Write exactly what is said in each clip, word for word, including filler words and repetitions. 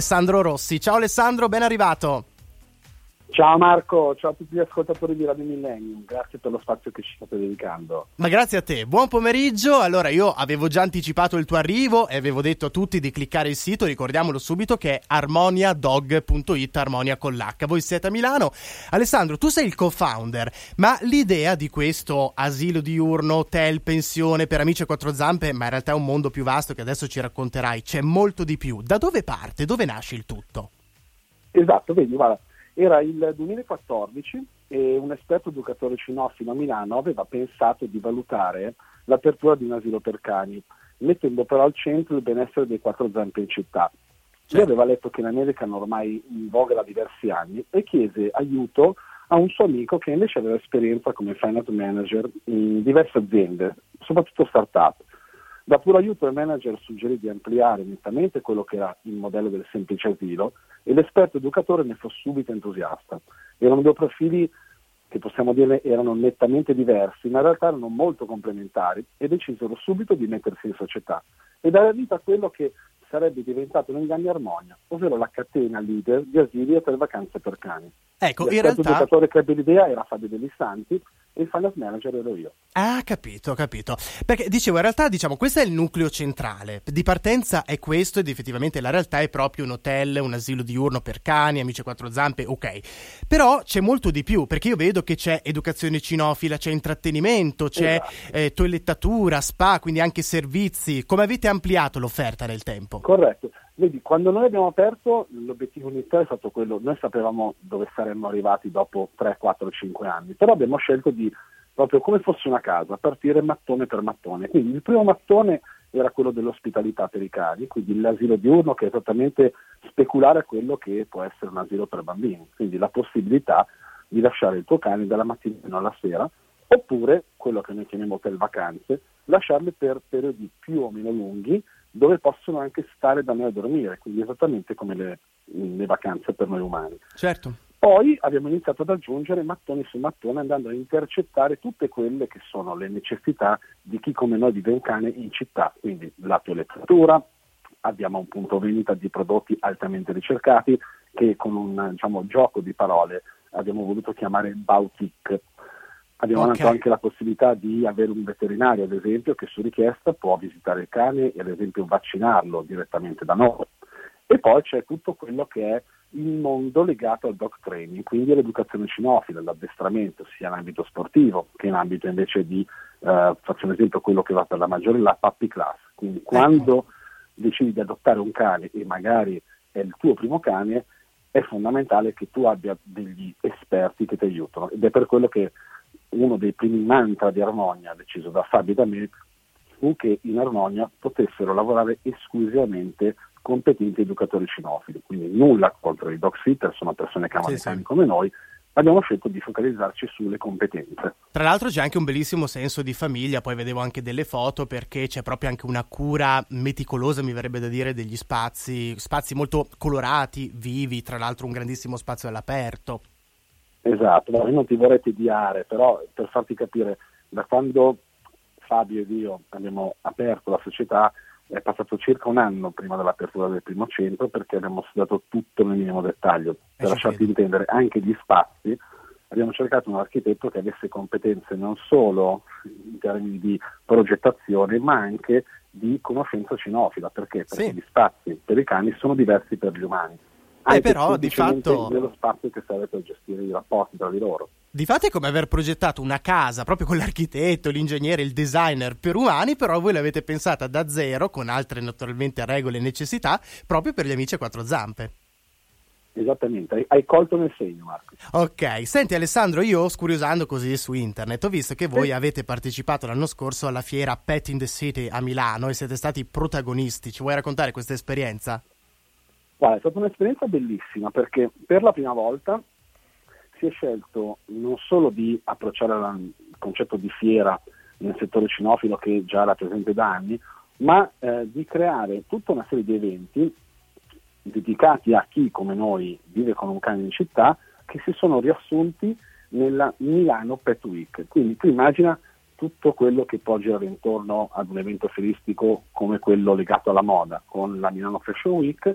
Alessandro Rossi. Ciao Alessandro, ben arrivato. Ciao Marco, ciao a tutti gli ascoltatori di Radio Millennium, grazie per lo spazio che ci state dedicando. Ma grazie a te, buon pomeriggio. Allora, io avevo già anticipato il tuo arrivo e avevo detto a tutti di cliccare il sito, ricordiamolo subito, che è armonia dog punto it, Armonia con l'H. Voi siete a Milano. Alessandro, tu sei il co-founder, ma l'idea di questo asilo diurno, hotel, pensione per amici a quattro zampe, ma in realtà è un mondo più vasto che adesso ci racconterai, c'è molto di più. Da dove parte? Dove nasce il tutto? Esatto, vedi, guarda. Era il duemilaquattordici e un esperto educatore cinofilo a Milano aveva pensato di valutare l'apertura di un asilo per cani, mettendo però al centro il benessere dei quattro zampe in città. Certo. Lui aveva letto che in America erano ormai in voga da diversi anni e chiese aiuto a un suo amico che invece aveva esperienza come finance manager in diverse aziende, soprattutto start-up. Da puro aiuto il manager suggerì di ampliare nettamente quello che era il modello del semplice asilo e l'esperto educatore ne fu subito entusiasta. Erano due profili che possiamo dire erano nettamente diversi, ma in realtà erano molto complementari e decisero subito di mettersi in società e dare vita a quello che sarebbe diventato negli anni Armonia, ovvero la catena leader di asili e per vacanze per cani. Ecco, L'esperto in realtà... educatore che ebbe l'idea era Fabio Degli Santi e il finance manager ero io. Ah, capito, capito. Perché dicevo, in realtà, diciamo, questo è il nucleo centrale. Di partenza è questo ed effettivamente la realtà è proprio un hotel, un asilo diurno per cani, amici a quattro zampe, ok. Però c'è molto di più, perché io vedo che c'è educazione cinofila, c'è intrattenimento, c'è esatto. eh, toilettatura, spa, quindi anche servizi. Come avete ampliato l'offerta nel tempo? Corretto. Vedi, quando noi abbiamo aperto, l'obiettivo iniziale è stato quello, noi sapevamo dove saremmo arrivati dopo tre, quattro, cinque anni, però abbiamo scelto di, proprio come fosse una casa, partire mattone per mattone. Quindi il primo mattone era quello dell'ospitalità per i cani, quindi l'asilo diurno, che è esattamente speculare a quello che può essere un asilo per bambini, quindi la possibilità di lasciare il tuo cane dalla mattina fino alla sera, oppure quello che noi chiamiamo hotel vacanze, lasciarle per periodi più o meno lunghi, dove possono anche stare da noi a dormire, quindi esattamente come le, le vacanze per noi umani. Certo. Poi abbiamo iniziato ad aggiungere mattoni su mattone, andando a intercettare tutte quelle che sono le necessità di chi come noi vive in cane in città, quindi la toilettatura, abbiamo un punto vendita di prodotti altamente ricercati che con un diciamo, gioco di parole abbiamo voluto chiamare boutique. Abbiamo okay. anche la possibilità di avere un veterinario, ad esempio, che su richiesta può visitare il cane e ad esempio vaccinarlo direttamente da noi. E poi c'è tutto quello che è il mondo legato al dog training, quindi all'educazione cinofila, l'addestramento sia in ambito sportivo che in ambito invece di, eh, faccio un esempio, quello che va per la maggiore, la puppy class. Quindi quando ecco. decidi di adottare un cane e magari è il tuo primo cane, è fondamentale che tu abbia degli esperti che ti aiutano, ed è per quello che uno dei primi mantra di Armonia, deciso da Fabio e da me, fu che in Armonia potessero lavorare esclusivamente competenti educatori cinofili, quindi nulla contro i dog sitter, sono persone che amano sì, i cani sì. come noi, abbiamo scelto di focalizzarci sulle competenze. Tra l'altro c'è anche un bellissimo senso di famiglia, poi vedevo anche delle foto perché c'è proprio anche una cura meticolosa, mi verrebbe da dire, degli spazi, spazi molto colorati, vivi, tra l'altro un grandissimo spazio all'aperto. Esatto, no, io non ti vorrei tediare, però per farti capire, da quando Fabio ed io abbiamo aperto la società è passato circa un anno prima dell'apertura del primo centro, perché abbiamo studiato tutto nel minimo dettaglio. Per lasciarti intendere anche gli spazi, abbiamo cercato un architetto che avesse competenze non solo in termini di progettazione, ma anche di conoscenza cinofila. Perché? Perché sì. gli spazi per i cani sono diversi per gli umani. Eh, però di fatto dello spazio che serve per gestire i rapporti tra di loro. Difatti è come aver progettato una casa proprio con l'architetto, l'ingegnere, il designer per umani, però voi l'avete pensata da zero con altre naturalmente regole e necessità proprio per gli amici a quattro zampe. Esattamente, hai, hai colto nel segno, Marco. Ok, senti Alessandro, io scuriosando così su internet ho visto che voi sì. avete partecipato l'anno scorso alla fiera Pet in the City a Milano e siete stati protagonisti. Ci vuoi raccontare questa esperienza? Guarda, è stata un'esperienza bellissima perché per la prima volta si è scelto non solo di approcciare il concetto di fiera nel settore cinofilo che già era presente da anni, ma eh, di creare tutta una serie di eventi dedicati a chi come noi vive con un cane in città, che si sono riassunti nella Milano Pet Week. Quindi tu immagina tutto quello che può girare intorno ad un evento fieristico come quello legato alla moda, con la Milano Fashion Week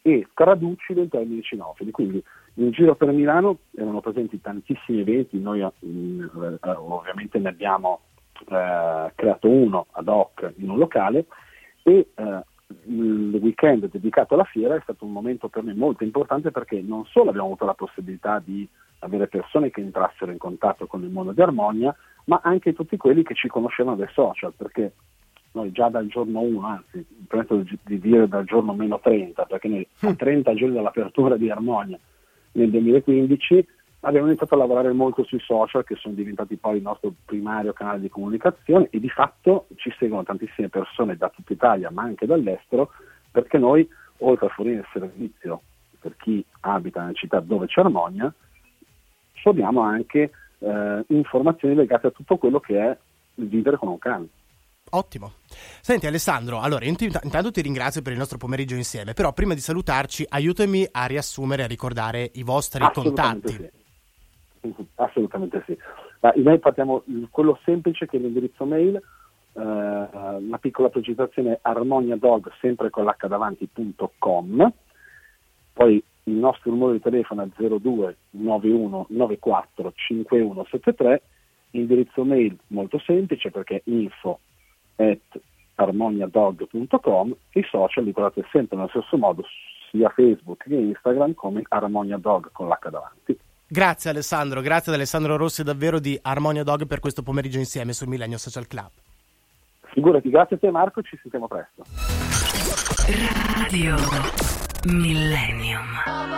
e traducilo in termini cinofili. Quindi in giro per Milano erano presenti tantissimi eventi, noi mh, ovviamente ne abbiamo eh, creato uno ad hoc in un locale, e eh, il weekend dedicato alla fiera è stato un momento per me molto importante, perché non solo abbiamo avuto la possibilità di avere persone che entrassero in contatto con il mondo di Armonia, ma anche tutti quelli che ci conoscevano dai social, perché noi già dal giorno uno, anzi permetto di dire dal giorno meno trenta, perché noi a trenta giorni dall'apertura di Armonia nel duemilaquindici abbiamo iniziato a lavorare molto sui social, che sono diventati poi il nostro primario canale di comunicazione, e di fatto ci seguono tantissime persone da tutta Italia ma anche dall'estero, perché noi, oltre a fornire il servizio per chi abita nella città dove c'è Armonia, forniamo anche eh, informazioni legate a tutto quello che è il vivere con un cane. Ottimo. Senti Alessandro, allora io ti, intanto ti ringrazio per il nostro pomeriggio insieme, però prima di salutarci aiutami a riassumere e a ricordare i vostri Assolutamente contatti. Sì. Assolutamente sì. Ma noi partiamo quello semplice, che è l'indirizzo mail, eh, una piccola precisazione è armoniadog, sempre con l'H davanti, punto com. Poi il nostro numero di telefono è zero due nove uno nove quattro cinque uno sette tre, indirizzo mail molto semplice perché è info at armoniadog punto com, i social li trovate sempre nello stesso modo sia Facebook che Instagram come armoniadog con l'H davanti. Grazie Alessandro, grazie ad Alessandro Rossi davvero di Armonia Dog per questo pomeriggio insieme sul Millennio Social Club. Figurati, grazie a te Marco, ci sentiamo presto. Radio Millennium.